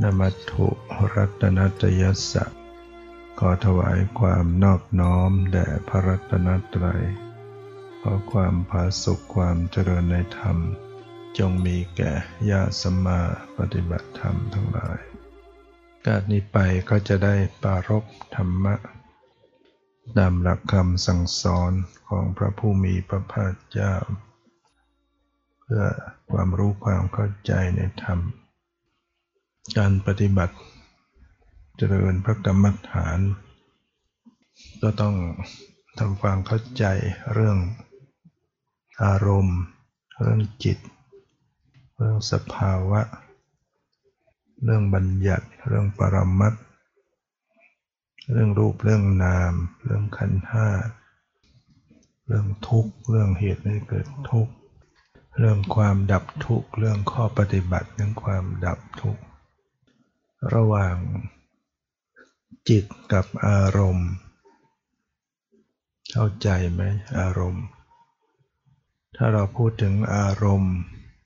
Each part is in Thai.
นมัตถุรัตนัตยัสสะขอถวายความนอบน้อมแด่พระรัตนตรัยขอความผาสุกความเจริญในธรรมจงมีแก่ญาติสัมมาปฏิบัติธรรมทั้งหลายการนี้ไปก็จะได้ปรารภธรรมะตามหลักคำสั่งสอนของพระผู้มีพระภาคเจ้าเพื่อความรู้ความเข้าใจในธรรมการปฏิบัติเจริญพระกรรมฐานก็ต้องทำความเข้าใจเรื่องอารมณ์เรื่องจิตเรื่องสภาวะเรื่องบัญญัติเรื่องปรมัตถ์เรื่องรูปเรื่องนามเรื่องขันธ์ห้าเรื่องทุกข์เรื่องเหตุให้เกิดทุกข์เรื่องความดับทุกข์เรื่องข้อปฏิบัติเรื่องความดับทุกข์ระหว่างจิตกับอารมณ์เข้าใจไหมอารมณ์ถ้าเราพูดถึงอารมณ์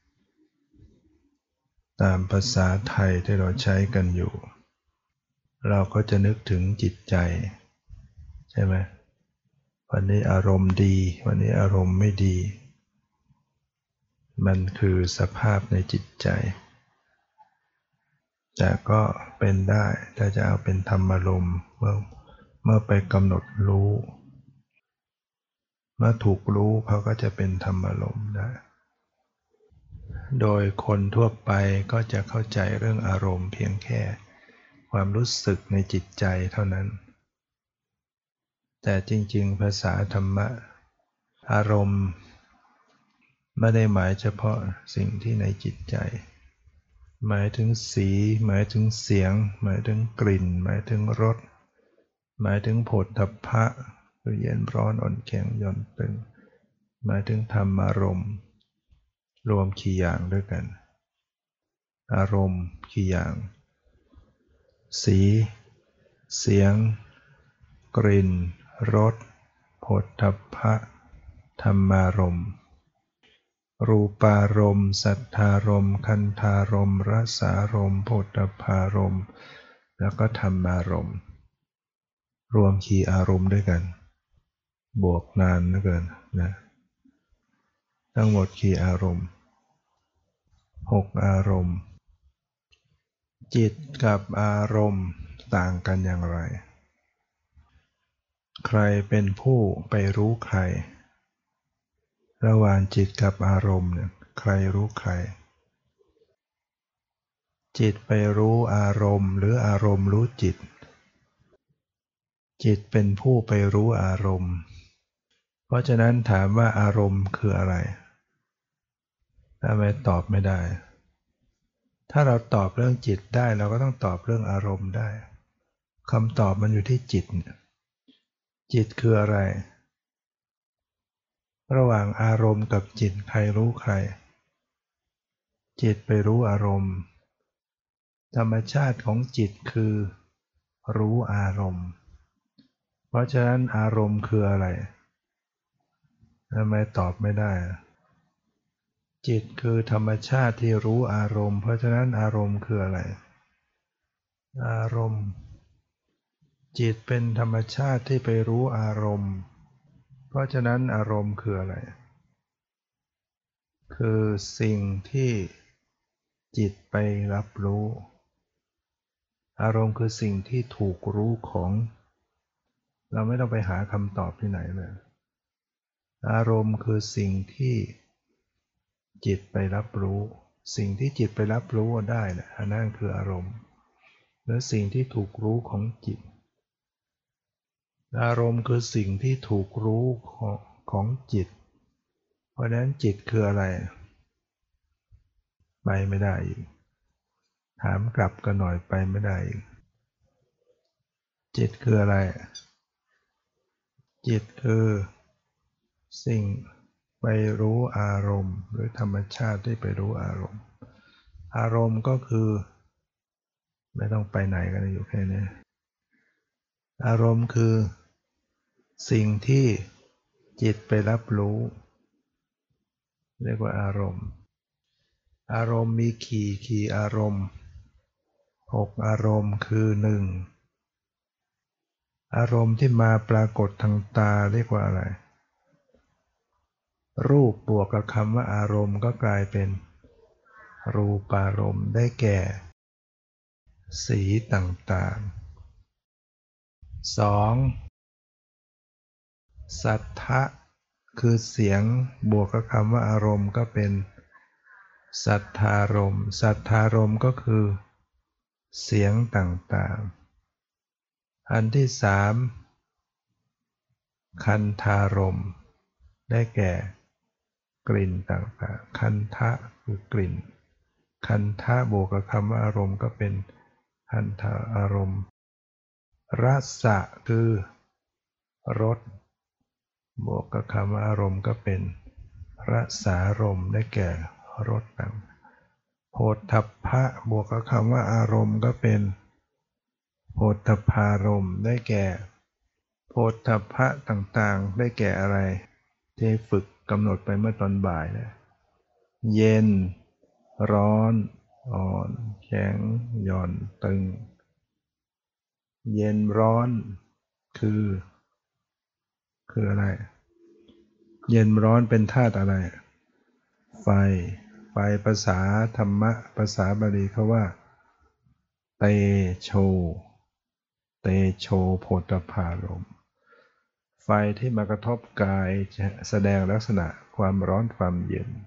ตามภาษาไทยที่เราใช้กันอยู่เราก็จะนึกถึงจิตใจใช่ไหมวันนี้อารมณ์ดีวันนี้อารมณ์ไม่ดีมันคือสภาพในจิตใจแต่ก็เป็นได้ถ้าจะเอาเป็นธรรมารมณ์เมื่อไปกำหนดรู้เมื่อถูกรู้เขาก็จะเป็นธรรมารมณ์ได้โดยคนทั่วไปก็จะเข้าใจเรื่องอารมณ์เพียงแค่ความรู้สึกในจิตใจเท่านั้นแต่จริงๆภาษาธรรมะอารมณ์ไม่ได้หมายเฉพาะสิ่งที่ในจิตใจหมายถึงสีหมายถึงเสียงหมายถึงกลิ่นหมายถึงรสหมายถึงโผฏฐัพพะคือเย็นร้อนอ่อนแข็งหย่อนตึงหมายถึงธรรมารมณ์รวมกี่อย่างด้วยกันอารมณ์กี่อย่างสีเสียงกลิ่นรสโผฏฐัพพะธรรมารมณ์รูปารมณ์สัทธารมณ์คันธารมณ์รสารมณ์โผฏฐัพพารมณ์แล้วก็ธรรมารมณ์รวมกี่อารมณ์ด้วยกันบวกนานเหลือเกินนะทั้งหมดกี่อารมณ์6อารมณ์จิตกับอารมณ์ต่างกันอย่างไรใครเป็นผู้ไปรู้ใครระหว่างจิตกับอารมณ์เนี่ยใครรู้ใครจิตไปรู้อารมณ์หรืออารมณ์รู้จิตจิตเป็นผู้ไปรู้อารมณ์เพราะฉะนั้นถามว่าอารมณ์คืออะไรทำไมตอบไม่ได้ถ้าเราตอบเรื่องจิตได้เราก็ต้องตอบเรื่องอารมณ์ได้คำตอบมันอยู่ที่จิตจิตคืออะไรระหว่างอารมณ์กับจิตใครรู้ใครจิตไปรู้อารมณ์ธรรมชาติของจิตคือรู้อารมณ์เพราะฉะนั้นอารมณ์คืออะไรทำไมตอบไม่ได้จิตคือธรรมชาติที่รู้อารมณ์เพราะฉะนั้นอารมณ์คืออะไรอารมณ์จิตเป็นธรรมชาติที่ไปรู้อารมณ์เพราะฉะนั้นอารมณ์คืออะไรคือสิ่งที่จิตไปรับรู้อารมณ์คือสิ่งที่ถูกรู้ของเราไม่ต้องไปหาคำตอบที่ไหนเลยอารมณ์คือสิ่งที่จิตไปรับรู้สิ่งที่จิตไปรับรู้ได้นะอันนั้นคืออารมณ์และสิ่งที่ถูกรู้ของจิตอารมณ์คือสิ่งที่ถูกรู้ของจิตเพราะฉะนั้นจิตคืออะไรไปไม่ได้อีกถามกลับกันหน่อยไปไม่ได้อีกจิตคืออะไรจิตคือสิ่งไปรู้อารมณ์หรือธรรมชาติที่ไปรู้อารมณ์อารมณ์ก็คือไม่ต้องไปไหนกันอยู่แค่นี้อารมณ์คือสิ่งที่จิตไปรับรู้เรียกว่าอารมณ์อารมณ์มีกี่อารมณ์อารมณ์คือหนึ่งอารมณ์ที่มาปรากฏทางตาเรียกว่าอะไรรูปบวกกับคำว่าอารมณ์ก็กลายเป็นรูปารมณ์ได้แก่สีต่างๆ2สัทธะคือเสียงบวกกับคำว่าอารมณ์ก็เป็นสัทธารมณ์สัทธารมณ์ก็คือเสียงต่างๆอันที่สามคันธารมณ์ได้แก่กลิ่นต่างๆคันทะคือกลิ่นคันทะบวกกับคำว่าอารมณ์ก็เป็นคันธาอารมณ์รสะคือรสบวกกับคำว่าอารมณ์ก็เป็นรสารมณ์ได้แก่รสต่างโผฏฐัพพะบวกกับคำว่าอารมณ์ก็เป็นโผฏฐัพพารมณ์ได้แก่โผฏฐัพพะต่างๆได้แก่อะไรที่ฝึกกำหนดไปเมื่อตอนบ่ายนะเย็นร้อนอ่อนแข็งหย่อนตึงเย็นร้อนคืออะไรเย็นร้อนเป็นธาตุอะไรไฟภาษาธรรมะภาษาบาลีเขาว่าเตโชโผฏฐัพพารมณ์ไฟที่มากระทบกายจะแสดงลักษณะความร้อนความเย็น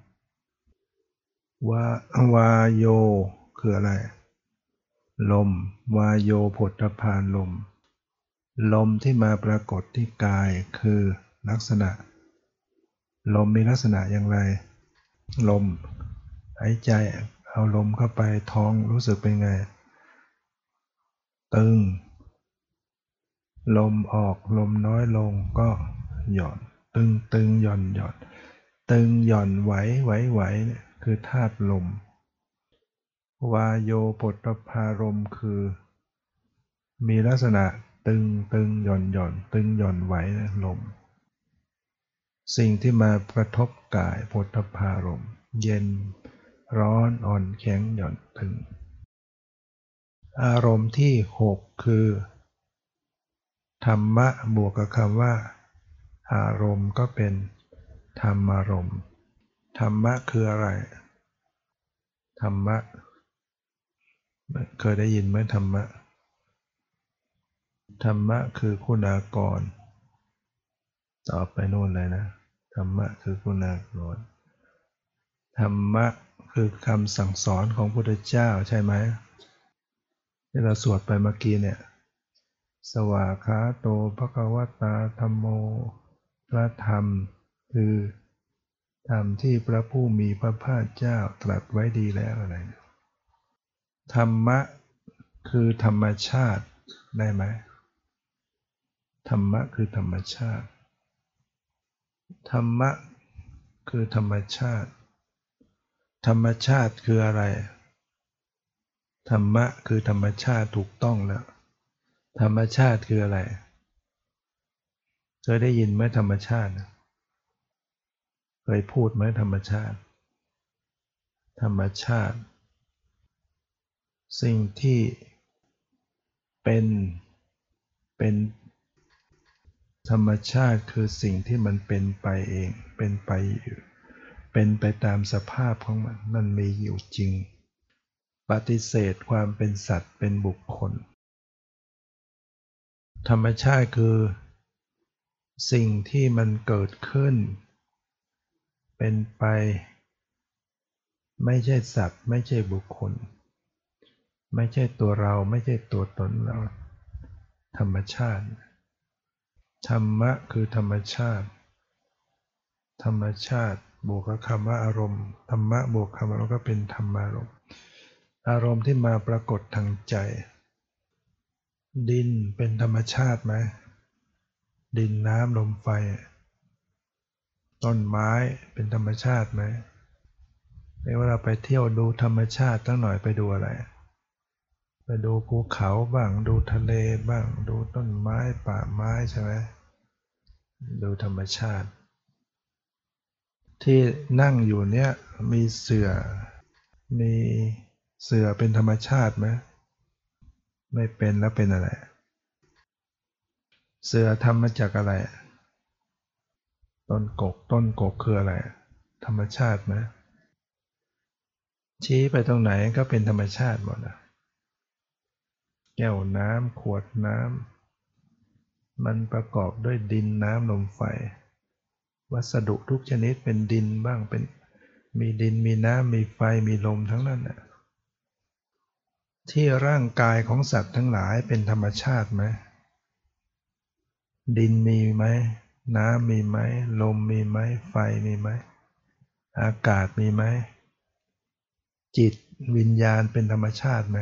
วาโยคืออะไรลมวาโยโผฏฐัพพารลมลมที่มาปรากฏที่กายคือลักษณะลมมีลักษณะอย่างไรลมหายใจเอาลมเข้าไปท้องรู้สึกเป็นไงตึงลมออกลมน้อยลงก็หย่อนตึงหย่อนตึงหย่อนไหวเนี่ยคือธาตุลมวาโยโผฏฐัพพารมณ์คือมีลักษณะตึงหย่อนตึงหย่อนไหวลมสิ่งที่มากระทบกายโผฏฐัพพารมณ์เย็นร้อนอ่อนแข็งหย่อนตึงอารมณ์ที่6คือธรรมะบวกกับคำว่าอารมณ์ก็เป็นธรรมารมณ์ธรรมะคืออะไรธรรมะเคยได้ยินไหมธรรมะคือคุณากรตอบไปโน่นเลยนะธรรมะคือคุณากรธรรมะคือคำสั่งสอนของพระพุทธเจ้าใช่ไหมที่เราสวดไปเมื่อกี้เนี่ยสวากขาโตภควตาธัมโมพระธรรมคือธรรมที่พระผู้มีพระภาคเจ้าตรัสไว้ดีแล้วอะไรธรรมะคือธรรมชาติได้ไหมธรรมะคือธรรมชาติธรรมะคือธรรมชาติธรรมชาติคืออะไรธรรมะคือธรรมชาติถูกต้องแล้วธรรมชาติคืออะไรเคยได้ยินไหมธรรมชาติเคยพูดไหมธรรมชาติธรรมชาติสิ่งที่เป็นเป็นธรรมชาติคือสิ่งที่มันเป็นไปเองเป็นไปอยู่เป็นไปตามสภาพของมันมีอยู่จริงปฏิเสธความเป็นสัตว์เป็นบุคคลธรรมชาติคือสิ่งที่มันเกิดขึ้นเป็นไปไม่ใช่สัตว์ไม่ใช่บุคคลไม่ใช่ตัวเราไม่ใช่ตัวตนเราธรรมชาติธรรมะคือธรรมชาติธรรมชาติบวกกับคำว่าอารมณ์ธรรมะบวกคำว่าอารมณ์ก็เป็นธรรมารมณ์อารมณ์ที่มาปรากฏทางใจดินเป็นธรรมชาติไหมดินน้ำลมไฟต้นไม้เป็นธรรมชาติไหมเวลาไปเที่ยวดูธรรมชาติตั้งหน่อยไปดูอะไรไปดูภูเขาบ้างดูทะเลบ้างดูต้นไม้ป่าไม้ใช่ไหมดูธรรมชาติที่นั่งอยู่เนี่ยมีเสื่อเป็นธรรมชาติไหมไม่เป็นแล้วเป็นอะไรเสือทำมาจากอะไรต้นกกคืออะไรธรรมชาติไหมชี้ไปตรงไหนก็เป็นธรรมชาติหมดนะแก้วน้ำขวดน้ำมันประกอบด้วยดินน้ำลมไฟวัสดุทุกชนิดเป็นดินบ้างเป็นมีดินมีน้ำมีไฟมีลมทั้งนั้นนะที่ร่างกายของสัตว์ทั้งหลายเป็นธรรมชาติไหมดินมีไหมน้ำมีไหมลมมีไหมไฟมีไหมอากาศมีไหมจิตวิญญาณเป็นธรรมชาติไหม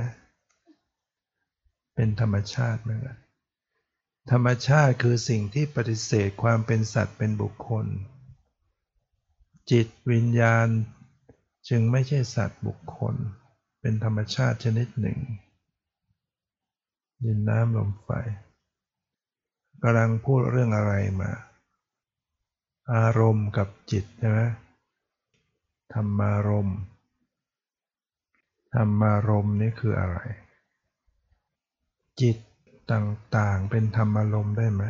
เป็นธรรมชาติไหมธรรมชาติคือสิ่งที่ปฏิเสธความเป็นสัตว์เป็นบุคคลจิตวิญญาณจึงไม่ใช่สัตว์บุคคลเป็นธรรมชาติชนิดหนึ่งดินน้ำลมไฟกำลังพูดเรื่องอะไรมาอารมณ์กับจิตใช่ไหมธรรมารมณ์ธรรมารมณ์นี่คืออะไรจิตต่างๆเป็นธรรมารมณ์ได้ไหม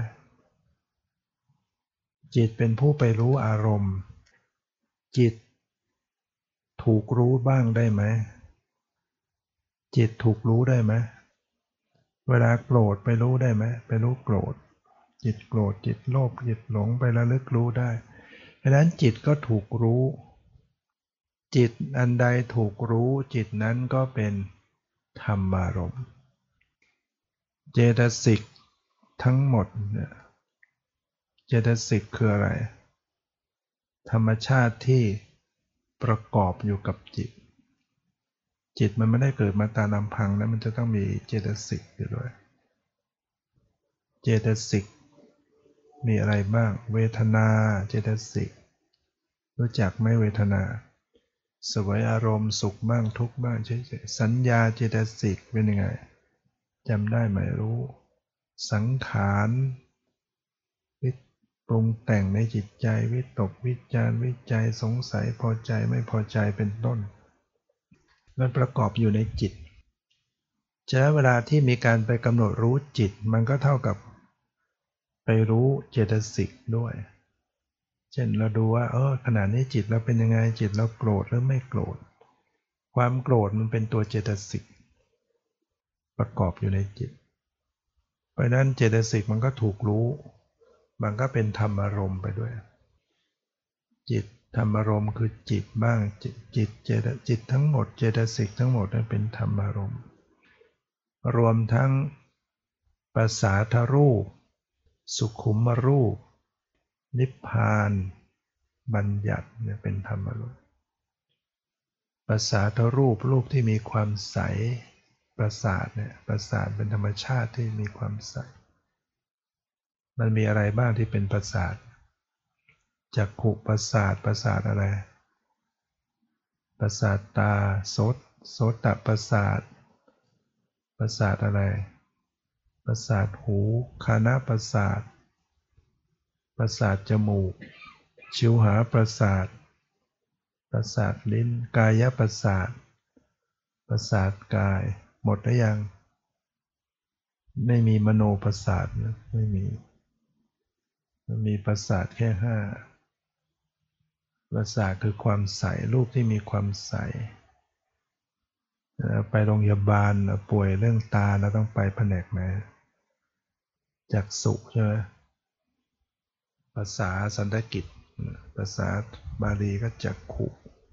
จิตเป็นผู้ไปรู้อารมณ์จิตถูกรู้บ้างได้ไหมจิตถูกรู้ได้ไหมเวลาโกรธไปรู้ได้ไหมไปรู้โกรธจิตโกรธจิตโลภจิตหลงไประลึกรู้ได้ดังนั้นจิตก็ถูกรู้จิตอันใดถูกรู้จิตนั้นก็เป็นธรรมารมณ์เจตสิกทั้งหมดเนี่ยเจตสิกคืออะไรธรรมชาติที่ประกอบอยู่กับจิตจิตมันไม่ได้เกิดมาตามลำพังนะมันจะต้องมีเจตสิกอยู่ด้วยเจตสิกมีอะไรบ้างเวทนาเจตสิกรู้จักไหมเวทนาสวยอารมณ์สุขบ้างทุกข์บ้างเฉยๆสัญญาเจตสิกเป็นยังไงจำได้ไหมรู้สังขารวิปรุงแต่งในจิตใจวิตกวิจารวิจัยสงสัยพอใจไม่พอใจเป็นต้นมันประกอบอยู่ในจิตฉะนั้นเวลาที่มีการไปกำหนดรู้จิตมันก็เท่ากับไปรู้เจตสิกด้วยเช่นเราดูว่าขณะนี้จิตเราเป็นยังไงจิตเราโกรธหรือไม่โกรธความโกรธมันเป็นตัวเจตสิกประกอบอยู่ในจิตเพราะนั้นเจตสิกมันก็ถูกรู้มันก็เป็นธรรมอารมณ์ไปด้วยจิตธรรมอารมณ์คือจิตบ้างจิตทั้งหมดเจตสิกทั้งหมดนั้นเป็นธรรมอารมณ์รวมทั้งปสาทรูปสุขุมรูปนิพพานบัญญัติเนี่ยเป็นธรรมอารมณ์ประสาทรูปรูปที่มีความใสประสาทเนี่ยประสาทเป็นธรรมชาติที่มีความใสมันมีอะไรบ้างที่เป็นประสาทจักขุประสาทประสาทอะไรประสาทตาโสตประสาทประสาทอะไรประสาทหูคานะประสาทประสาทจมูกชิวหาประสาทประสาทลิ้นกายประสาทประสาทกายหมดหรือยังไม่มีมโนประสาทนะไม่มีมันมีประสาทแค่ห้าประสาทคือความใสรูปที่มีความใสไปโรงพยาบาลป่วยเรื่องตาเราต้องไปแผนกไหนจักษุใช่ไหมภาษาสันสกฤตภาษาบาลีก็จักขุ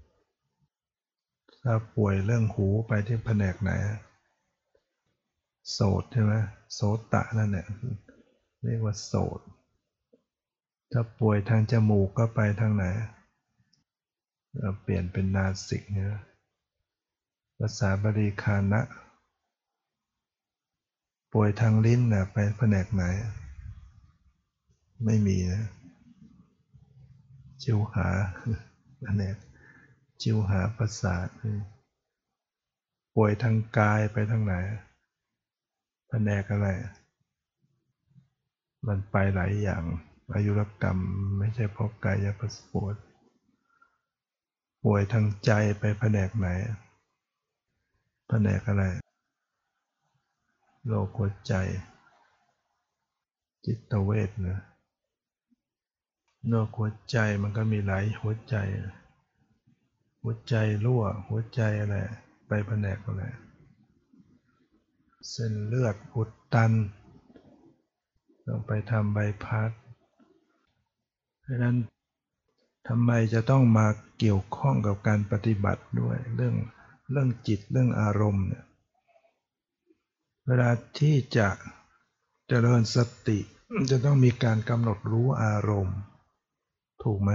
ถ้าป่วยเรื่องหูไปที่แผนกไหนโสตใช่ไหมโสตะนั่นแหละเรียกว่าโสตถ้าป่วยทางจมูกก็ไปทางไหนเราเปลี่ยนเป็นนาสิกเนี่ยภาษาบาลีคานะป่วยทางลิ้นน่ะไปแผนกไหนไม่มีนะชิวหาแผนกชิวหาประสาทป่วยทางกายไปทางไหนแผนกอะไรมันไปหลายอย่างอายุรกรรมไม่ใช่เพราะกายประสปวดป่วยทางใจไปแผนกไหนแผนกอะไรโรคหัวใจจิตเวชนะโรคหัวใจมันก็มีหลายหัวใจหัวใจรั่วหัวใจอะไรไปแผนกอะไรเส้นเลือดอุดตันต้องไปทำใบพัดเพราะนั้นทำไมจะต้องมาเกี่ยวข้องกับการปฏิบัติด้วยเรื่องจิตเรื่องอารมณ์เนี่ยเวลาที่จะเจริญสติจะต้องมีการกำหนดรู้อารมณ์ถูกไหม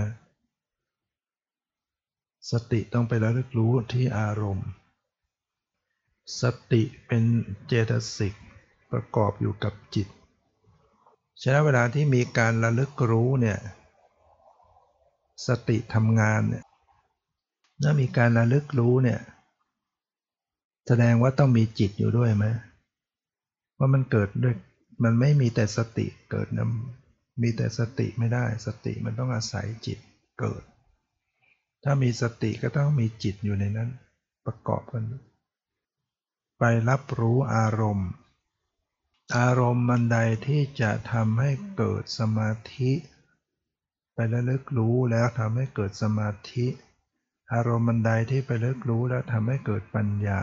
สติต้องไประลึกรู้ที่อารมณ์สติเป็นเจตสิกประกอบอยู่กับจิตฉะนั้นเวลาที่มีการระลึกรู้เนี่ยสติทำงานเนี่ยถ้ามีการระลึกรู้เนี่ยแสดงว่าต้องมีจิตอยู่ด้วยไหมว่ามันเกิดด้วยมันไม่มีแต่สติเกิดนะมีแต่สติไม่ได้สติมันต้องอาศัยจิตเกิดถ้ามีสติก็ต้องมีจิตอยู่ในนั้นประกอบกันไปรับรู้อารมณ์อารมณ์มันใดที่จะทำให้เกิดสมาธิไประลึกรู้แล้วทำให้เกิดสมาธิอารมณ์มันใดที่ไประลึกรู้แล้วทำให้เกิดปัญญา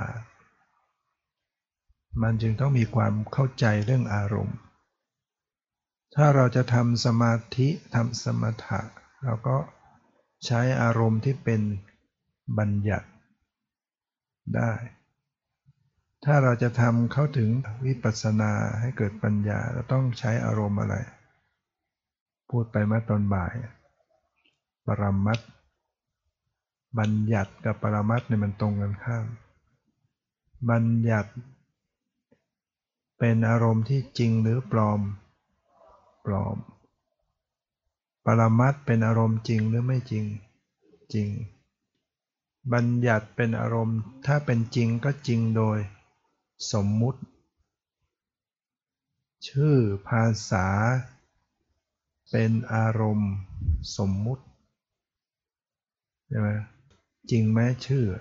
มันจึงต้องมีความเข้าใจเรื่องอารมณ์ถ้าเราจะทำสมาธิทำสมถะเราก็ใช้อารมณ์ที่เป็นบัญญัติได้ถ้าเราจะทำเข้าถึงวิปัสสนาให้เกิดปัญญาเราต้องใช้อารมณ์อะไรพูดไปเมื่อตอนบ่ายปรมัตถ์บัญญัติกับปรมัตถ์เนี่ยมันตรงกันข้ามบัญญัติเป็นอารมณ์ที่จริงหรือปลอมปลอมปรมัตถ์เป็นอารมณ์จริงหรือไม่จริงจริงบัญญัติเป็นอารมณ์ถ้าเป็นจริงก็จริงโดยสมมุติชื่อภาษาเป็นอารมณ์สมมุติใช่ไหมจริงไหมชื่อ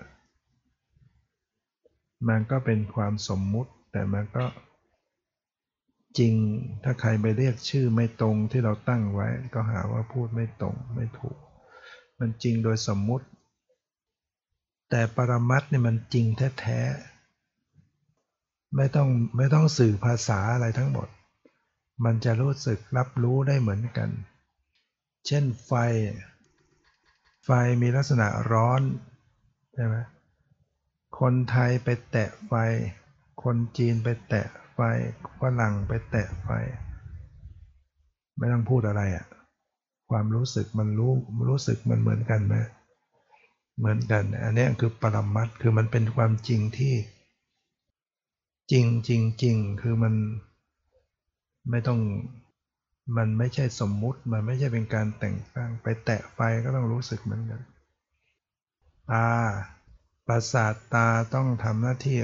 มันก็เป็นความสมมุติแต่มันก็จริงถ้าใครไปเรียกชื่อไม่ตรงที่เราตั้งไว้ก็หาว่าพูดไม่ตรงไม่ถูกมันจริงโดยสมมุติแต่ปรมัตถ์เนี่ยมันจริงแท้ๆไม่ต้องสื่อภาษาอะไรทั้งหมดมันจะรู้สึกรับรู้ได้เหมือนกันเช่นไฟมีลักษณะร้อนใช่ไหมคนไทยไปแตะไฟคนจีนไปแตะไฟฝรั่งไปแตะไฟไม่ต้องพูดอะไรอ่ะความรู้สึกมันรู้สึกมันเหมือนกันไหมเหมือนกันอันนี้คือปรมัตถ์คือมันเป็นความจริงที่จริงจริงจริงคือมันไม่ต้องมันไม่ใช่สมมุติมันไม่ใช่เป็นการแต่งตั้งไปแตะไฟก็ต้องรู้สึกเหมือนกันตาประสาทตาต้องทำหน้าที่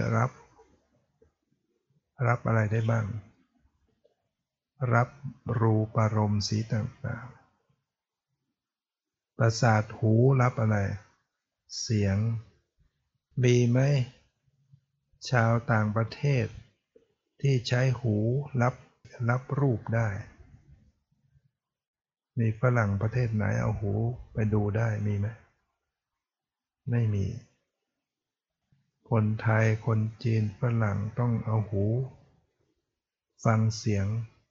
รับอะไรได้บ้างรับรูปารมณ์สีต่างๆประสาทหูรับอะไรเสียงมีไหมชาวต่างประเทศที่ใช้หูรับรูปได้มีฝรั่งประเทศไหนเอาหูไปดูได้มีไหมไม่มีคนไทยคนจีนฝรั่งต้องเอาหูฟังเสียง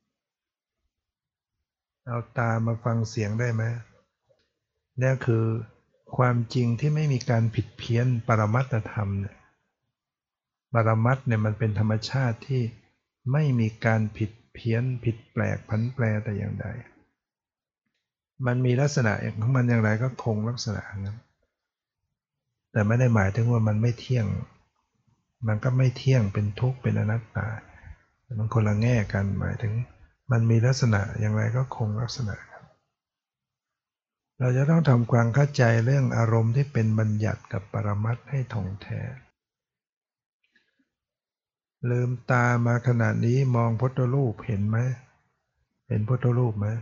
เอาตามาฟังเสียงได้ไหมนี่คือความจริงที่ไม่มีการผิดเพี้ยนปรมัตถธรรมเนี่ยปรมัตถ์เนี่ยมันเป็นธรรมชาติที่ไม่มีการผิดเพี้ยนผิดแปลกผันแปรแต่อย่างใดมันมีลักษณะของมันอย่างไรก็คงลักษณะนั้นแต่ไม่ได้หมายถึงว่ามันไม่เที่ยงมันก็ไม่เที่ยงเป็นทุกข์เป็นอนัตตามันคนละแง่กันหมายถึงมันมีลักษณะอย่างไรก็คงลักษณะเราจะต้องทำความเข้าใจเรื่องอารมณ์ที่เป็นบัญญัติกับปรมัตถ์ให้ท่องแท้ลืมตามาขณะนี้มองพุทธรูปเห็นไหมเห็นพุทธรูปไหม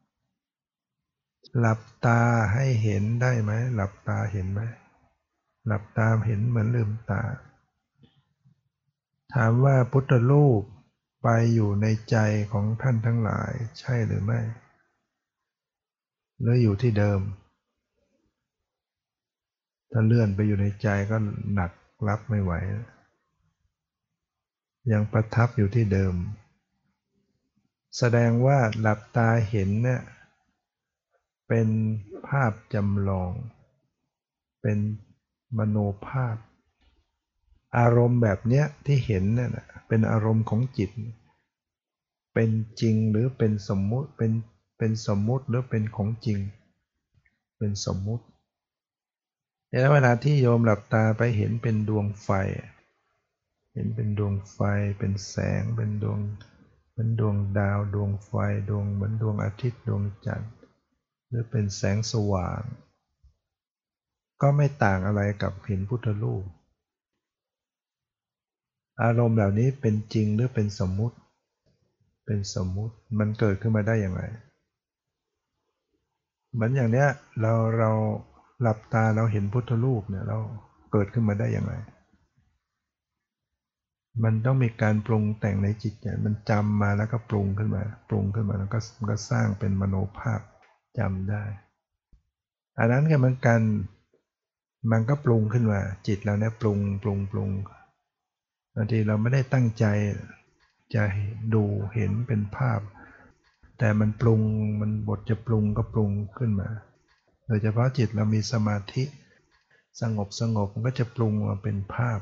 หลับตาให้เห็นได้ไหมหลับตาเห็นไหมหลับตาเห็นเหมือนลืมตาถามว่าพุทธรูปไปอยู่ในใจของท่านทั้งหลายใช่หรือไม่หรืออยู่ที่เดิมถ้าเลื่อนไปอยู่ในใจก็หนักรับไม่ไหวยังประทับอยู่ที่เดิมแสดงว่าหลับตาเห็นเนี่ยเป็นภาพจำลองเป็นมโนภาพอารมณ์แบบเนี้ยที่เห็นเนี่ยเป็นอารมณ์ของจิตเป็นจริงหรือเป็นสมมุติเป็นสมมุติหรือเป็นของจริงเป็นสมมุติแล้วเวลาที่โยมหลับตาไปเห็นเป็นดวงไฟเห็นเป็นดวงไฟเป็นแสงเป็นดวงเหมือนดวงดาวดวงไฟดวงเหมือนดวงอาทิตย์ดวงจันทร์หรือเป็นแสงสว่างก็ไม่ต่างอะไรกับเห็นพุทธรูปอารมณ์เหล่านี้เป็นจริงหรือเป็นสมมุติเป็นสมมุติมันเกิดขึ้นมาได้อย่างไรเหมือนอย่างเนี้ยเราหลับตาเราเห็นพุทธรูปเนี่ยเราเกิดขึ้นมาได้อย่างไรมันต้องมีการปรุงแต่งในจิตใจมันจำมาแล้วก็ปรุงขึ้นมาปรุงขึ้นมาแล้วก็สร้างเป็นมโนภาพจำได้อันนั้นก็เหมือนกันมันก็ปรุงขึ้นมาจิตเราเนี่ยปรุงบางทีเราไม่ได้ตั้งใจจะดูเห็นเป็นภาพแต่มันปรุงมันบทจะปรุงก็ปรุงขึ้นมาโดยเฉพาะจิตเรามีสมาธิสงบมันก็จะปรุงมาเป็นภาพ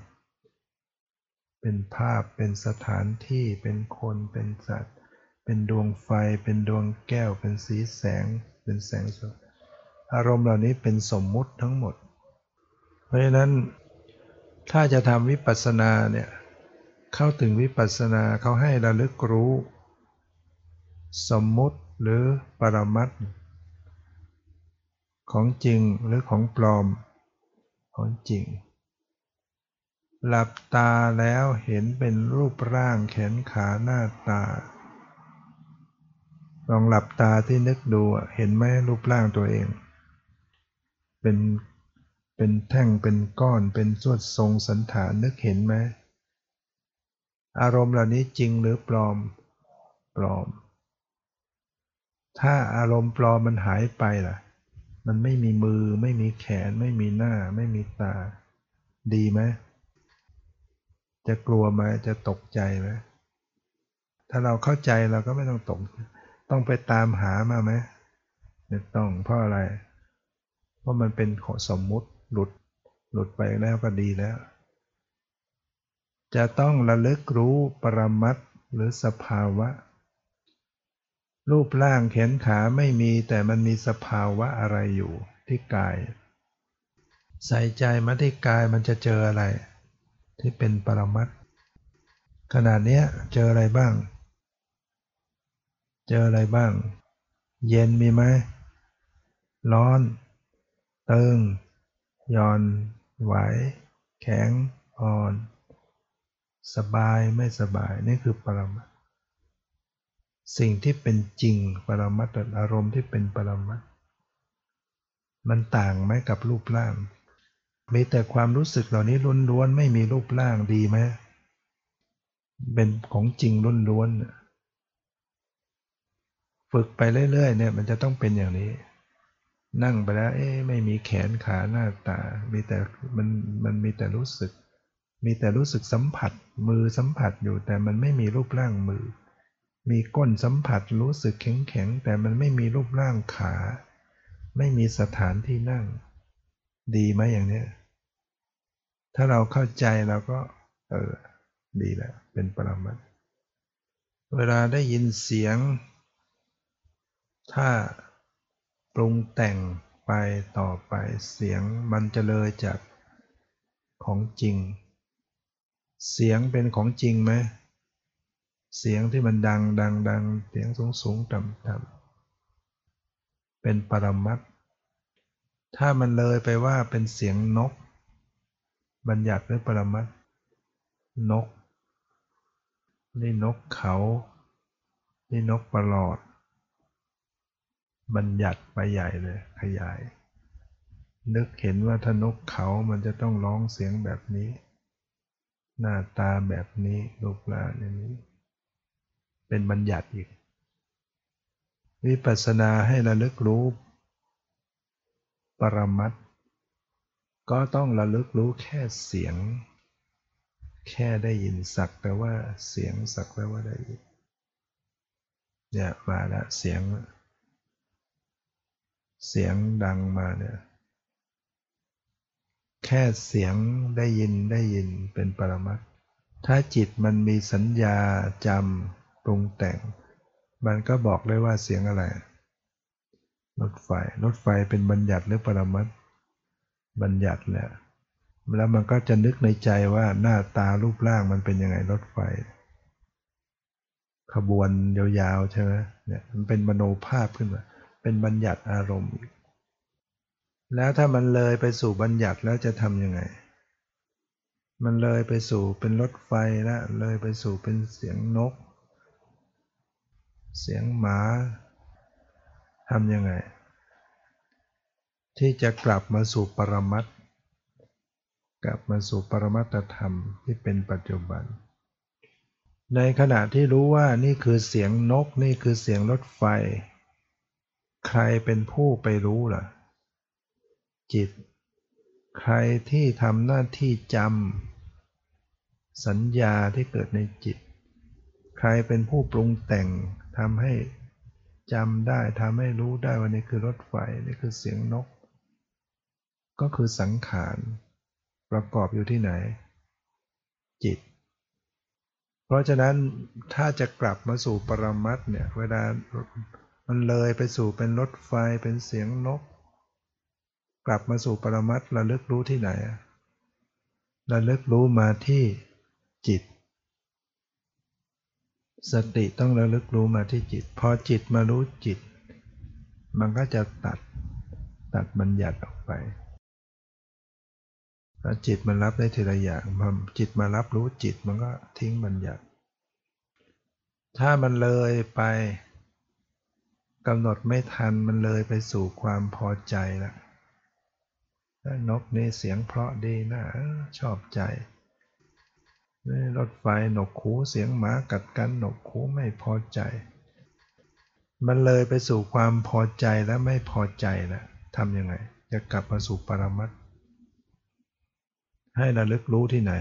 เป็นสถานที่เป็นคนเป็นสัตว์เป็นดวงไฟเป็นดวงแก้วเป็นสีแสงเป็นแสงสว่างอารมณ์เหล่านี้เป็นสมมุติทั้งหมดเพราะฉะนั้นถ้าจะทำวิปัสสนาเนี่ยเข้าถึงวิปัสสนาเขาให้ระลึกรู้สมมุติหรือปรมัตถ์ของจริงหรือของปลอมของจริงหลับตาแล้วเห็นเป็นรูปร่างแขนขาหน้าตาลองหลับตาที่นึกดูเห็นไหมรูปร่างตัวเองเป็นเป็นแท่งเป็นก้อนเป็นสวดทรงสันฐานนึกเห็นไหมอารมณ์เหล่านี้จริงหรือปลอมปลอมถ้าอารมณ์ปลอมมันหายไปล่ะมันไม่มีมือไม่มีแขนไม่มีหน้าไม่มีตาดีไหมจะกลัวไหมจะตกใจไหมถ้าเราเข้าใจเราก็ไม่ต้องตกต้องไปตามหามาไหมไม่ต้องเพราะอะไรเพราะมันเป็นของสมมุติหลุดไปแล้วก็ดีแล้วจะต้องระลึกรู้ปรมัตถ์หรือสภาวะรูปร่างแขนขาไม่มีแต่มันมีสภาวะอะไรอยู่ที่กายใส่ใจมาที่กายมันจะเจออะไรที่เป็นปรมัตถ์ขนาดเนี้ยเจออะไรบ้างเจออะไรบ้างเย็นมีไหมร้อนตึงหย่อนไหวแข็งอ่อนสบายไม่สบายนี่คือปรมัตถ์สิ่งที่เป็นจริงปรมัตถ์อารมณ์ที่เป็นปรมัตถ์มันต่างไหมกับรูปร่างมีแต่ความรู้สึกเหล่านี้ล้วนๆไม่มีรูปร่างดีไหมเป็นของจริงล้วนๆฝึกไปเรื่อยๆเนี่ยมันจะต้องเป็นอย่างนี้นั่งไปแล้วไม่มีแขนขาหน้าตามีแต่มันมีแต่รู้สึกมีแต่รู้สึกสัมผัสมือสัมผัสอยู่แต่มันไม่มีรูปร่างมือมีก้นสัมผัสรู้สึกแข็งๆแต่มันไม่มีรูปร่างขาไม่มีสถานที่นั่งดีไหมอย่างเนี้ยถ้าเราเข้าใจเราก็ดีแล้วเป็นปรมัตถ์เวลาได้ยินเสียงถ้าปรุงแต่งไปต่อไปเสียงมันจะเลยจากของจริงเสียงเป็นของจริงไหมเสียงที่มันดังเสียงสูงต่ำๆเป็นปรมัตถ์ถ้ามันเลยไปว่าเป็นเสียงนกบัญญัติหรือปรมัตถ์นกนี่นกเขานี่นกประหลอดบัญญัติไปใหญ่เลยขยายนึกเห็นว่าถ้านกเขามันจะต้องร้องเสียงแบบนี้หน้าตาแบบนี้รูปร่างอย่างนี้เป็นบัญญัติอีกวิปัสสนาให้ระลึกรู้ปรมัตถ์ก็ต้องระลึกรู้แค่เสียงแค่ได้ยินสักแต่ว่าเสียงสักแต่ว่าได้ยินเนี่ยมาแล้วเสียงดังมาเนี่ยแค่เสียงได้ยินเป็นปรมัตถ์ถ้าจิตมันมีสัญญาจำปรุงแต่งมันก็บอกได้ว่าเสียงอะไรรถไฟเป็นบัญญัติหรือปรมัตถ์บัญญัติแหละแล้วมันก็จะนึกในใจว่าหน้าตารูปร่างมันเป็นยังไงรถไฟขบวนยาวๆใช่ไหมเนี่ยมันเป็นมโนภาพขึ้นมาเป็นบัญญัติอารมณ์แล้วถ้ามันเลยไปสู่บัญญัติแล้วจะทำยังไงมันเลยไปสู่เป็นรถไฟแล้วเลยไปสู่เป็นเสียงนกเสียงหมาทำยังไงที่จะกลับมาสู่ปรมัตถ์กลับมาสู่ปรมัตถธรรมที่เป็นปัจจุบันในขณะที่รู้ว่านี่คือเสียงนกนี่คือเสียงรถไฟใครเป็นผู้ไปรู้ล่ะจิตใครที่ทำหน้าที่จำสัญญาที่เกิดในจิตใครเป็นผู้ปรุงแต่งทำให้จำได้ทำให้รู้ได้ว่านี่คือรถไฟนี่คือเสียงนกก็คือสังขารประกอบอยู่ที่ไหนจิตเพราะฉะนั้นถ้าจะกลับมาสู่ปรมัตถ์เนี่ยเวลามันเลยไปสู่เป็นรถไฟเป็นเสียงนกกลับมาสู่ปรมัตถ์ระลึกรู้ที่ไหนระลึกรู้มาที่จิตสติต้องระลึกรู้มาที่จิตพอจิตมารู้จิตมันก็จะตัดบัญญัติออกไปถ้าจิตมันรับได้ทีละอย่างพอจิตมารับรู้จิตมันก็ทิ้งบัญญัติถ้ามันเลยไปกำหนดไม่ทันมันเลยไปสู่ความพอใจแล้วนกนี่เสียงเพราะดีนะชอบใจรถไฟหนวกหูเสียงหมากัดกันหนวกหูไม่พอใจมันเลยไปสู่ความพอใจและไม่พอใจแล้วทำยังไงจะกลับมาสู่ปรมัตถ์ให้ระลึกรู้ที่ไหน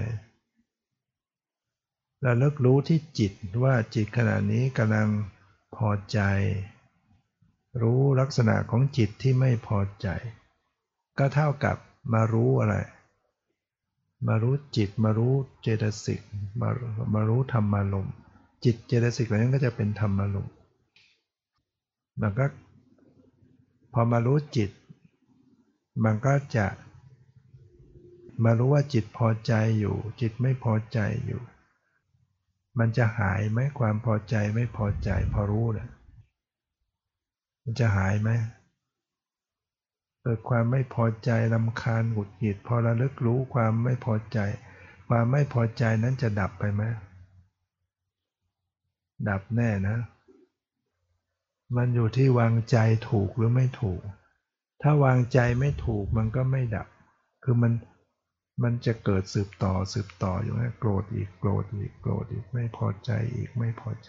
ระลึกรู้ที่จิตว่าจิตขณะนี้กำลังพอใจรู้ลักษณะของจิตที่ไม่พอใจก็เท่ากับมารู้อะไรมารู้จิตมารู้เจตสิกมารู้ธรรมารมณ์จิตเจตสิกเหล่านั้นก็จะเป็นธรรมารมณ์มันก็พอมารู้จิตมันก็จะมารู้ว่าจิตพอใจอยู่จิตไม่พอใจอยู่มันจะหายไหมความพอใจไม่พอใจพอรู้เนี่ยมันจะหายไหมเกิดความไม่พอใจรำคาญหงุดหงิดพอระลึกรู้ความไม่พอใจความไม่พอใจนั้นจะดับไปไหมดับแน่นะมันอยู่ที่วางใจถูกหรือไม่ถูกถ้าวางใจไม่ถูกมันก็ไม่ดับคือมันจะเกิดสืบต่ออยู่นะโกรธอีกโกรธอีกโกรธอีกไม่พอใจอีกไม่พอใจ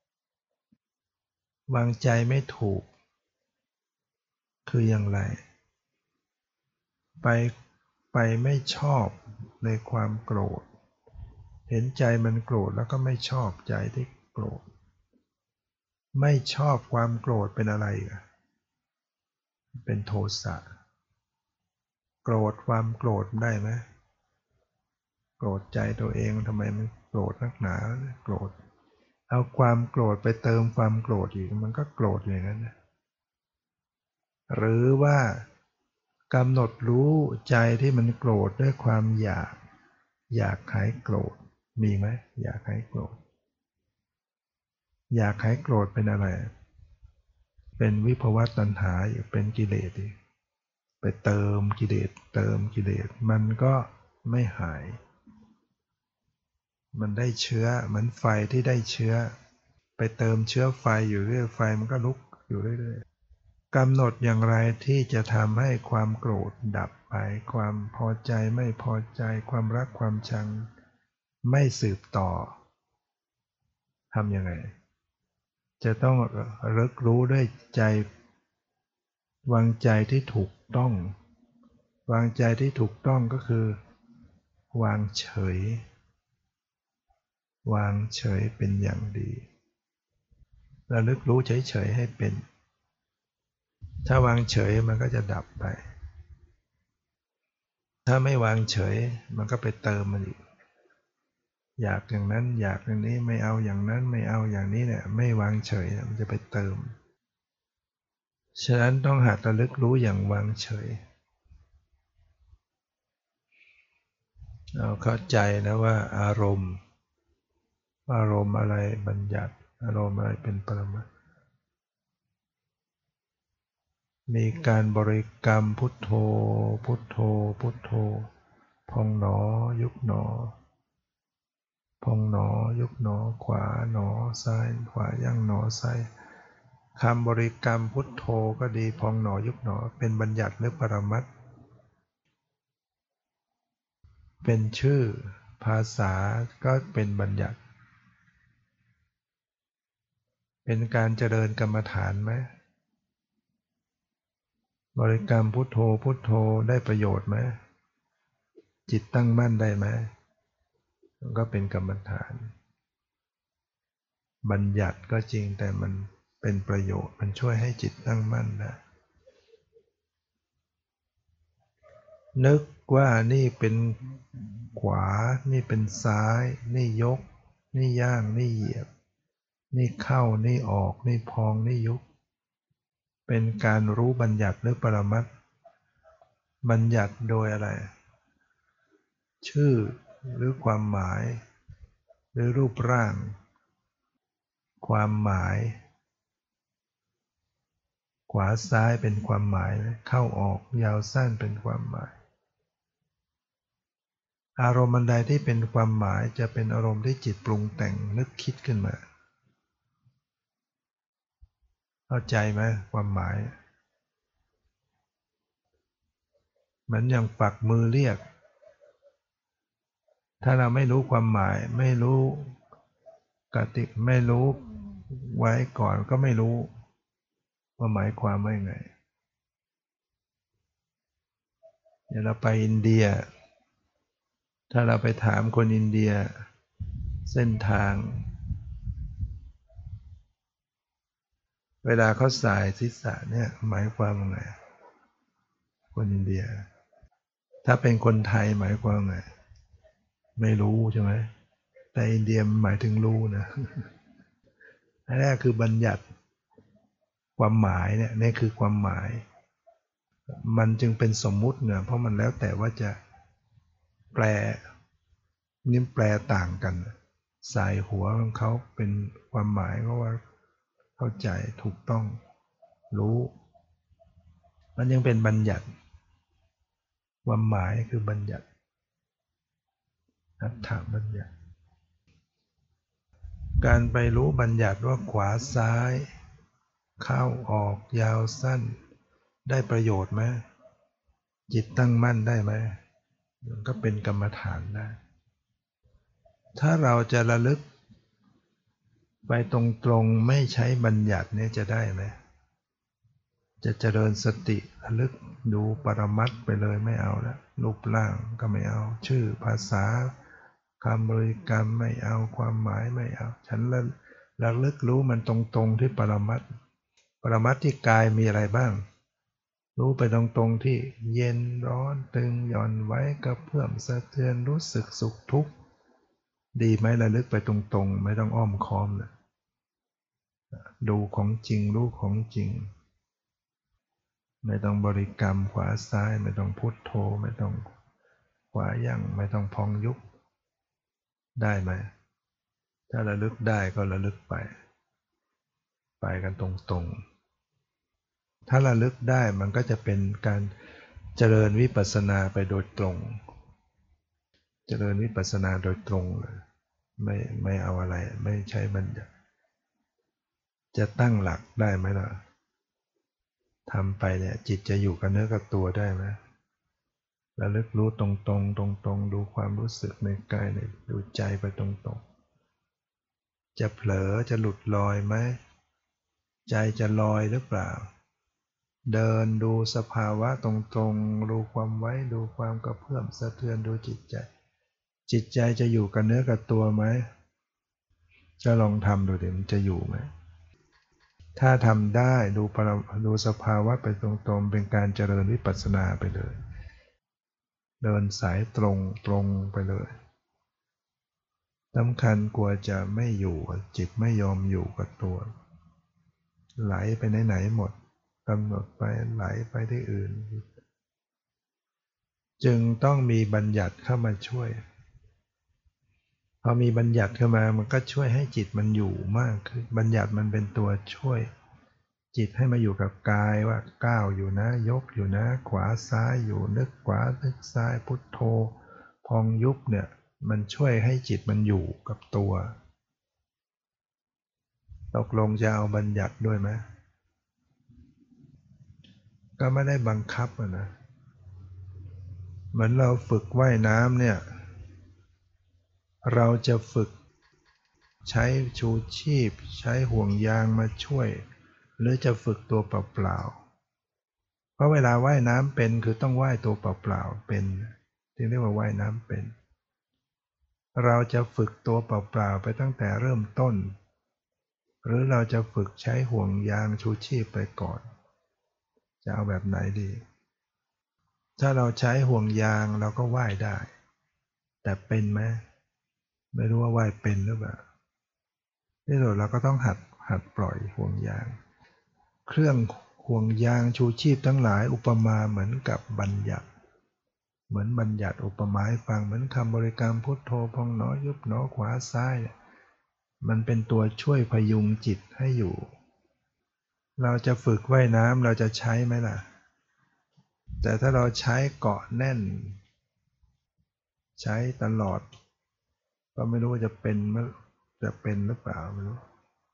วางใจไม่ถูกคืออย่างไรไปไปไม่ชอบในความโกรธเห็นใจมันโกรธแล้วก็ไม่ชอบใจที่โกรธไม่ชอบความโกรธเป็นอะไรเป็นโทสะโกรธความโกรธได้ไหมโกรธใจตัวเองทำไมมันโกรธนักหนาโกรธเอาความโกรธไปเติมความโกรธอีกมันก็โกรธอย่างนั้นนะหรือว่ากำหนดรู้ใจที่มันโกรธด้วยความอยากหายโกรธมีไหมอยากหายโกรธอยากหายโกรธเป็นอะไรเป็นวิภวตัณหาอยู่เป็นกิเลสไปเติมกิเลสมันก็ไม่หายมันได้เชื้อเหมือนไฟที่ได้เชื้อไปเติมเชื้อไฟอยู่เรื่อยไฟมันก็ลุกอยู่เรื่อยๆกำหนดอย่างไรที่จะทำให้ความโกรธดับไปความพอใจไม่พอใจความรักความชังไม่สืบต่อทำยังไงจะต้องระลึกรู้ด้วยใจวางใจที่ถูกต้องวางใจที่ถูกต้องก็คือวางเฉยวางเฉยเป็นอย่างดีระลึกรู้เฉยๆให้เป็นถ้าวางเฉยมันก็จะดับไปถ้าไม่วางเฉยมันก็ไปเติมมันอีกอยากอย่างนั้นอยากอย่างนี้ไม่เอาอย่างนั้นไม่เอาอย่างนี้เนี่ยไม่วางเฉยมันจะไปเติมฉะนั้นต้องหัดระลึกรู้อย่างวางเฉยเราเข้าใจนะว่าอารมณ์อะไรบัญญัติอารมณ์อะไรเป็นปรมัตถ์มีการบริกรรมพุทโธพุทโธพุทโธพองหนอยุบหนอพองหนอยุบหนอขวาหนอซ้ายขวาย่างหนอซ้ายคำบริกรรมพุทโธก็ดีพองหนอยุบหนอเป็นบัญญัติหรือปรมัตถ์เป็นชื่อภาษาก็เป็นบัญญัติเป็นการเจริญกรรมฐานไหมบริกรรมพุทโธพุทโธได้ประโยชน์ไหมจิตตั้งมั่นได้ไหมมันก็เป็นกรรมฐานบัญญัติก็จริงแต่มันเป็นประโยชน์มันช่วยให้จิตตั้งมั่นได้นึกว่านี่เป็นขวานี่เป็นซ้ายนี่ยกนี่ย่างนี่เหยียบนี่เข้านี่ออกนี่พองนี่ยุบเป็นการรู้บัญญัติหรือปรมัตถ์บัญญัติโดยอะไรชื่อหรือความหมายหรือรูปร่างความหมายขวาซ้ายเป็นความหมายเข้าออกยาวสั้นเป็นความหมายอารมณ์อันใดที่เป็นความหมายจะเป็นอารมณ์ที่จิตปรุงแต่งนึกคิดขึ้นมาเข้าใจไหมความหมายเหมือนอย่างปักมือเรียกถ้าเราไม่รู้ความหมายไม่รู้กติไม่รู้ไว้ก่อนก็ไม่รู้ว่าหมายความว่ายังไงเดี๋ยวเราไปอินเดียถ้าเราไปถามคนอินเดียเส้นทางเวลาเขาสายศีรษะเนี่ยหมายความว่าไงคนอินเดียถ้าเป็นคนไทยหมายความว่าไงไม่รู้ใช่ไหมแต่อินเดียหมายถึงรู้นะอันแรกคือบัญญัติความหมายเนี่ยนี่คือความหมายมันจึงเป็นสมมุติเนี่ยเพราะมันแล้วแต่ว่าจะแปลนี่แปลต่างกันสายหัวของเขาเป็นความหมายก็ว่าเข้าใจถูกต้องรู้มันยังเป็นบัญญัติความหมายคือบัญญัติอรรถบัญญัติการไปรู้บัญญัติว่าขวาซ้ายเข้าออกยาวสั้นได้ประโยชน์ไหมจิตตั้งมั่นได้ไหมมันก็เป็นกรรมฐานได้ถ้าเราจะระลึกไปตรงๆไม่ใช้บัญญัติเนี่ยจะได้ไหมจะเจริญสติระลึกดูปรมัตถ์ไปเลยไม่เอาแล้วรูปร่างก็ไม่เอาชื่อภาษาคำบริกรรมไม่เอาความหมายไม่เอาฉันระลึกรู้มันตรงๆที่ปรมัตถ์ปรมัตถ์ที่กายมีอะไรบ้างรู้ไปตรงๆที่เย็นร้อนตึงหย่อนไว้กระเพื่อมสะเทือนรู้สึกสุขทุกข์ดีไหมระลึกไปตรงๆไม่ต้องอ้อมค้อมเลยดูของจริงรู้ของจริงไม่ต้องบริกรรมขวาซ้ายไม่ต้องพุทโธไม่ต้องขวาย่างไม่ต้องพองยุบได้ไหมถ้าระลึกได้ก็ระลึกไปกันตรงๆถ้าระลึกได้มันก็จะเป็นการเจริญวิปัสสนาไปโดยตรงเจริญวิปัสสนาโดยตรงเลยไม่เอาอะไรไม่ใช้บัญญัติจะตั้งหลักได้ไหมล่ะทำไปเนี่ยจิตจะอยู่กับเนื้อกับตัวได้ไหมระลึกรู้ตรงๆตรงๆดูความรู้สึกในกายในดูใจไปตรงๆจะเผลอจะหลุดลอยไหมใจจะลอยหรือเปล่าเดินดูสภาวะตรงๆดูความไว้ดูความกระเพื่อมสะเทือนดูจิตใจจิตใจจะอยู่กับเนื้อกับตัวไหมจะลองทำดูดิมันจะอยู่ไหมถ้าทำได้ดูสภาวะไปตรงๆเป็นการเจริญวิปัสสนาไปเลยเดินสายตรงไปเลยสำคัญกลัวจะไม่อยู่จิตไม่ยอมอยู่กับตัวไหลไปไหนๆหมดกำหนดไปไหลไปที่อื่นจึงต้องมีบัญญัติเข้ามาช่วยพอมีบัญญัติเข้ามามันก็ช่วยให้จิตมันอยู่มากขึ้นบัญญัติมันเป็นตัวช่วยจิตให้มาอยู่กับกายว่าก้าวอยู่นะยกอยู่นะขวาซ้ายอยู่นึกขวานึกซ้ายพุทโธพองยุบเนี่ยมันช่วยให้จิตมันอยู่กับตัวตกลงจะเอาบัญญัติด้วยไหมก็ไม่ได้บังคับนะเหมือนเราฝึกว่ายน้ำเนี่ยเราจะฝึกใช้ชูชีพใช้ห่วงยางมาช่วยหรือจะฝึกตัวเปล่าๆเพราะเวลาว่ายน้ำเป็นคือต้องว่ายตัวเปล่าๆเป็นที่เรียกว่าว่ายน้ำเป็นเราจะฝึกตัวเปล่าๆไปตั้งแต่เริ่มต้นหรือเราจะฝึกใช้ห่วงยางชูชีพไปก่อนจะเอาแบบไหนดีถ้าเราใช้ห่วงยางเราก็ว่ายได้แต่เป็นไหมไม่รู้ว่าว่ายเป็นหรือเปล่าที่สุดเราก็ต้องหัดปล่อยห่วงยางเครื่องห่วงยางชูชีพทั้งหลายอุปมาเหมือนกับบัญญัติเหมือนบัญญัติอุปมาให้ฟังเหมือนคำบริกรรมพุทโธพองหนอยุบหนอขวาซ้ายมันเป็นตัวช่วยพยุงจิตให้อยู่เราจะฝึกว่ายน้ำเราจะใช้ไหมล่ะแต่ถ้าเราใช้เกาะแน่นใช้ตลอดก็ไม่รู้ว่าจะเป็นหรือเปล่าไม่รู้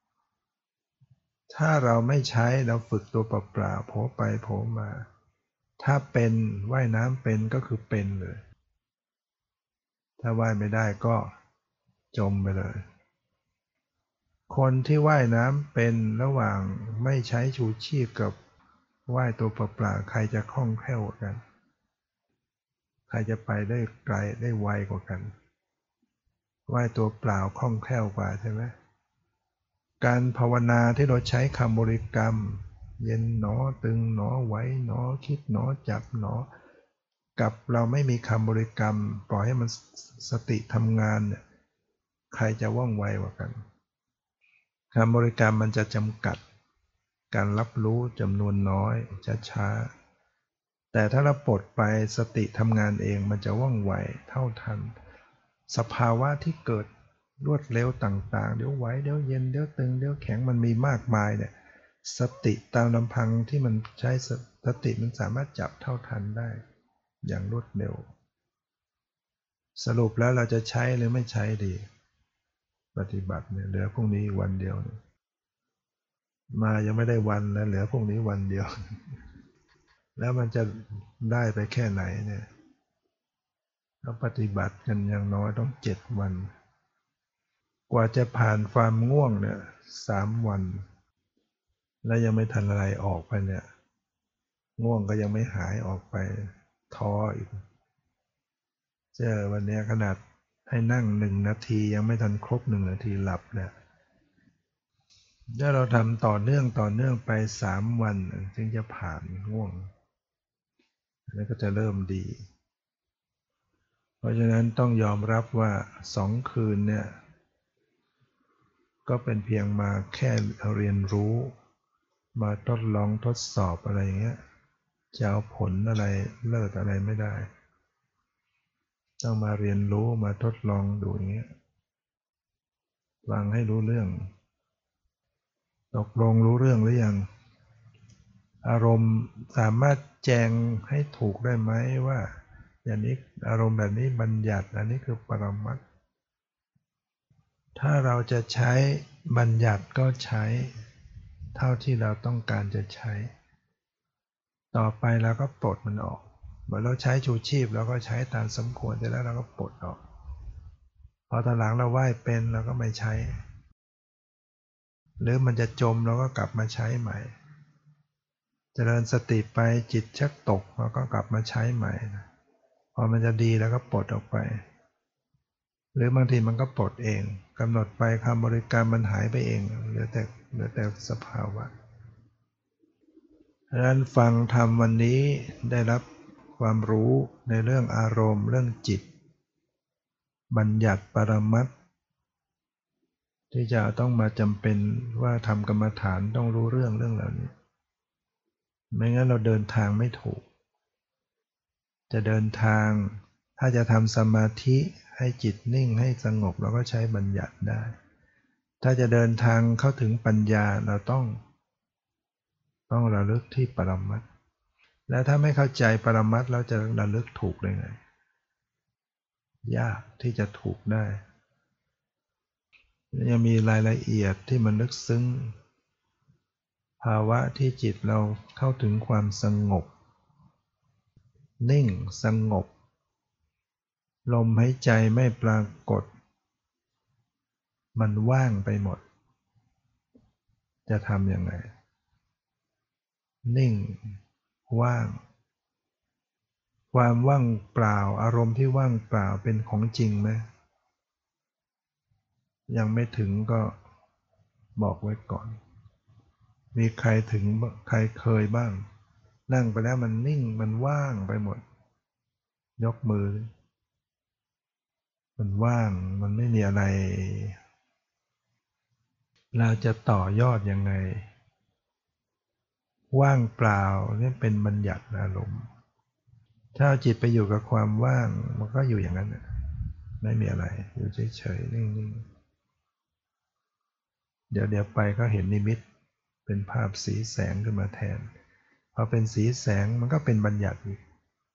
ถ้าเราไม่ใช้เราฝึกตัวเปล่าๆโผล่ไปโผล่มาถ้าเป็นว่ายน้ำเป็นก็คือเป็นเลยถ้าว่ายไม่ได้ก็จมไปเลยคนที่ว่ายน้ำเป็นระหว่างไม่ใช้ชูชีพกับว่ายตัวเปล่าๆใครจะคล่องแคล่วกว่ากันใครจะไปได้ไกลได้ไวกว่ากันว่ายตัวเปล่าคล่องแคล่วกว่าใช่ไหมการภาวนาที่เราใช้คำบริกรรมเย็นหนอตึงหนอไหวหนอคิดหนอจับหนอกับเราไม่มีคำบริกรรมปล่อยให้มันสติทำงานเนี่ยใครจะว่องไวกว่ากันคำบริกรรมมันจะจำกัดการรับรู้จำนวนน้อยช้าๆแต่ถ้าเราปลดไปสติทำงานเองมันจะว่องไวเท่าทันสภาวะที่เกิดรวดเร็วต่างๆเดี๋ยวไหวเดี๋ยวเย็นเดี๋ยวตึงเดี๋ยวแข็งมันมีมากมายเนี่ยสติตามลำพังที่มันใช้สติมันสามารถจับเท่าทันได้อย่างรวดเร็วสรุปแล้วเราจะใช้หรือไม่ใช้ดีปฏิบัติเนี่ยเหลือพรุ่งนี้วันเดียวมายังไม่ได้วันแล้วเหลือพรุ่งนี้วันเดียวแล้วมันจะได้ไปแค่ไหนเนี่ยเราปฏิบัติกันอย่างน้อยต้อง7 วันกว่าจะผ่านความง่วงเนี่ย3 วันแล้วยังไม่ทันอะไรออกไปเนี่ยง่วงก็ยังไม่หายออกไปท้ออีกเจอวันนี้ขนาดให้นั่ง1 นาทียังไม่ทันครบ1 นาทีหลับเนี่ยถ้าเราทำต่อเนื่องไป3 วันจึงจะผ่านง่วงแล้วก็จะเริ่มดีเพราะฉะนั้นต้องยอมรับว่า2 คืนเนี่ยก็เป็นเพียงมาแค่เรียนรู้มาทดลองทดสอบอะไรอย่างเงี้ยจะเอาผลอะไรเลิศอะไรไม่ได้ต้องมาเรียนรู้มาทดลองดูอย่างเงี้ยฟังให้รู้เรื่องตกลงรู้เรื่องหรือยังอารมณ์สามารถแจงให้ถูกได้ไหมว่าอย่างนี้อารมณ์แบบนี้บัญญัติอันนี้คือปรมัตถ์ถ้าเราจะใช้บัญญัติก็ใช้เท่าที่เราต้องการจะใช้ต่อไปเราก็ปลดมันออกเมื่อเราใช้ชูชีพเราก็ใช้ตามสมควรแต่แล้วเราก็ปลดออกพอตอนหลังเราว่ายเป็นเราก็ไม่ใช้หรือมันจะจมเราก็กลับมาใช้ใหม่เจริญสติไปจิตชักตกเราก็กลับมาใช้ใหม่พอมันจะดีแล้วก็ปลดออกไปหรือบางทีมันก็ปลดเองกำหนดไปคำบริกรรมมันหายไปเองเหลือแต่สภาวะดังนั้นฟังธรรมวันนี้ได้รับความรู้ในเรื่องอารมณ์เรื่องจิตบัญญัติปรมัตถ์ที่จะต้องมาจำเป็นว่าทำกรรมฐานต้องรู้เรื่องเหล่านี้ไม่งั้นเราเดินทางไม่ถูกจะเดินทางถ้าจะทำสมาธิให้จิตนิ่งให้สงบเราก็ใช้บัญญัติได้ถ้าจะเดินทางเข้าถึงปัญญาเราต้องระลึกที่ปรมัตถ์และถ้าไม่เข้าใจปรมัตถ์เราจะระลึกถูกได้ไงยากที่จะถูกได้ยังมีรายละเอียดที่มันลึกซึ้งภาวะที่จิตเราเข้าถึงความสงบนิ่งสงบลมหายใจไม่ปรากฏมันว่างไปหมดจะทำยังไงนิ่งว่างความว่างเปล่าอารมณ์ที่ว่างเปล่าเป็นของจริงไหมยังไม่ถึงก็บอกไว้ก่อนมีใครถึงใครเคยบ้างนั่งไปแล้วมันนิ่งมันว่างไปหมดยกมือมันว่างมันไม่มีอะไรเราจะต่อยอดยังไงว่างเปล่านี่เป็นบัญญัติอารมณ์ถ้าเอาจิตไปอยู่กับความว่างมันก็อยู่อย่างนั้นไม่มีอะไรอยู่เฉยๆนิ่งๆเดี๋ยวไปก็เห็นนิมิตเป็นภาพสีแสงขึ้นมาแทนพอเป็นสีแสงมันก็เป็นบัญญัติอีก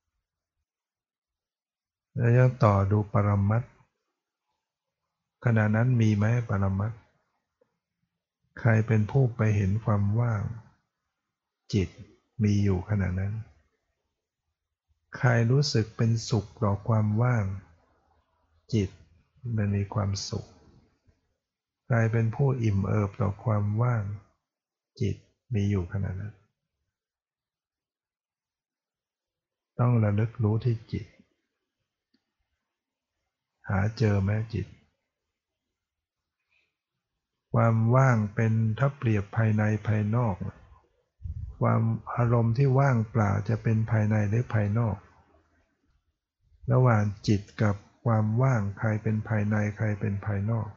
แล้วยังต่อดูปรมัตถ์ขณะนั้นมีไหมปรมัตถ์ใครเป็นผู้ไปเห็นความว่างจิตมีอยู่ขณะนั้นใครรู้สึกเป็นสุขต่อความว่างจิตมันมีความสุขใครเป็นผู้อิ่มเอิบต่อความว่างจิตมีอยู่ขณะนั้นต้องระลึกรู้ที่จิตหาเจอไหมจิตความว่างเป็นถ้าเปรียบภายในภายนอกความอารมณ์ที่ว่างเปล่าจะเป็นภายในหรือภายนอกระหว่างจิตกับความว่างใครเป็นภายในใครเป็นภายนอก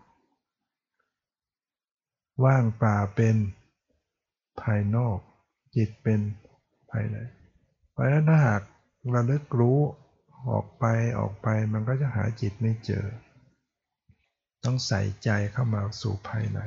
ว่างเปล่าเป็นภายนอกจิตเป็นภายในเพราะฉะนั้นถ้าหากระลึกรู้ออกไปมันก็จะหาจิตไม่เจอต้องใส่ใจเข้ามาสู่ภายใน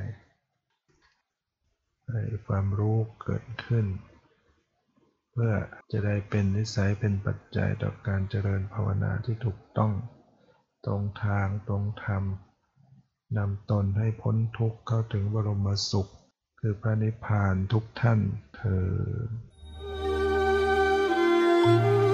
ให้ความรู้เกิดขึ้นเพื่อจะได้เป็นนิสัยเป็นปัจจัยต่อการเจริญภาวนาที่ถูกต้องตรงทางตรงธรรมนำตนให้พ้นทุกข์เข้าถึงบรมสุขคือพระนิพพานทุกท่านเทอญ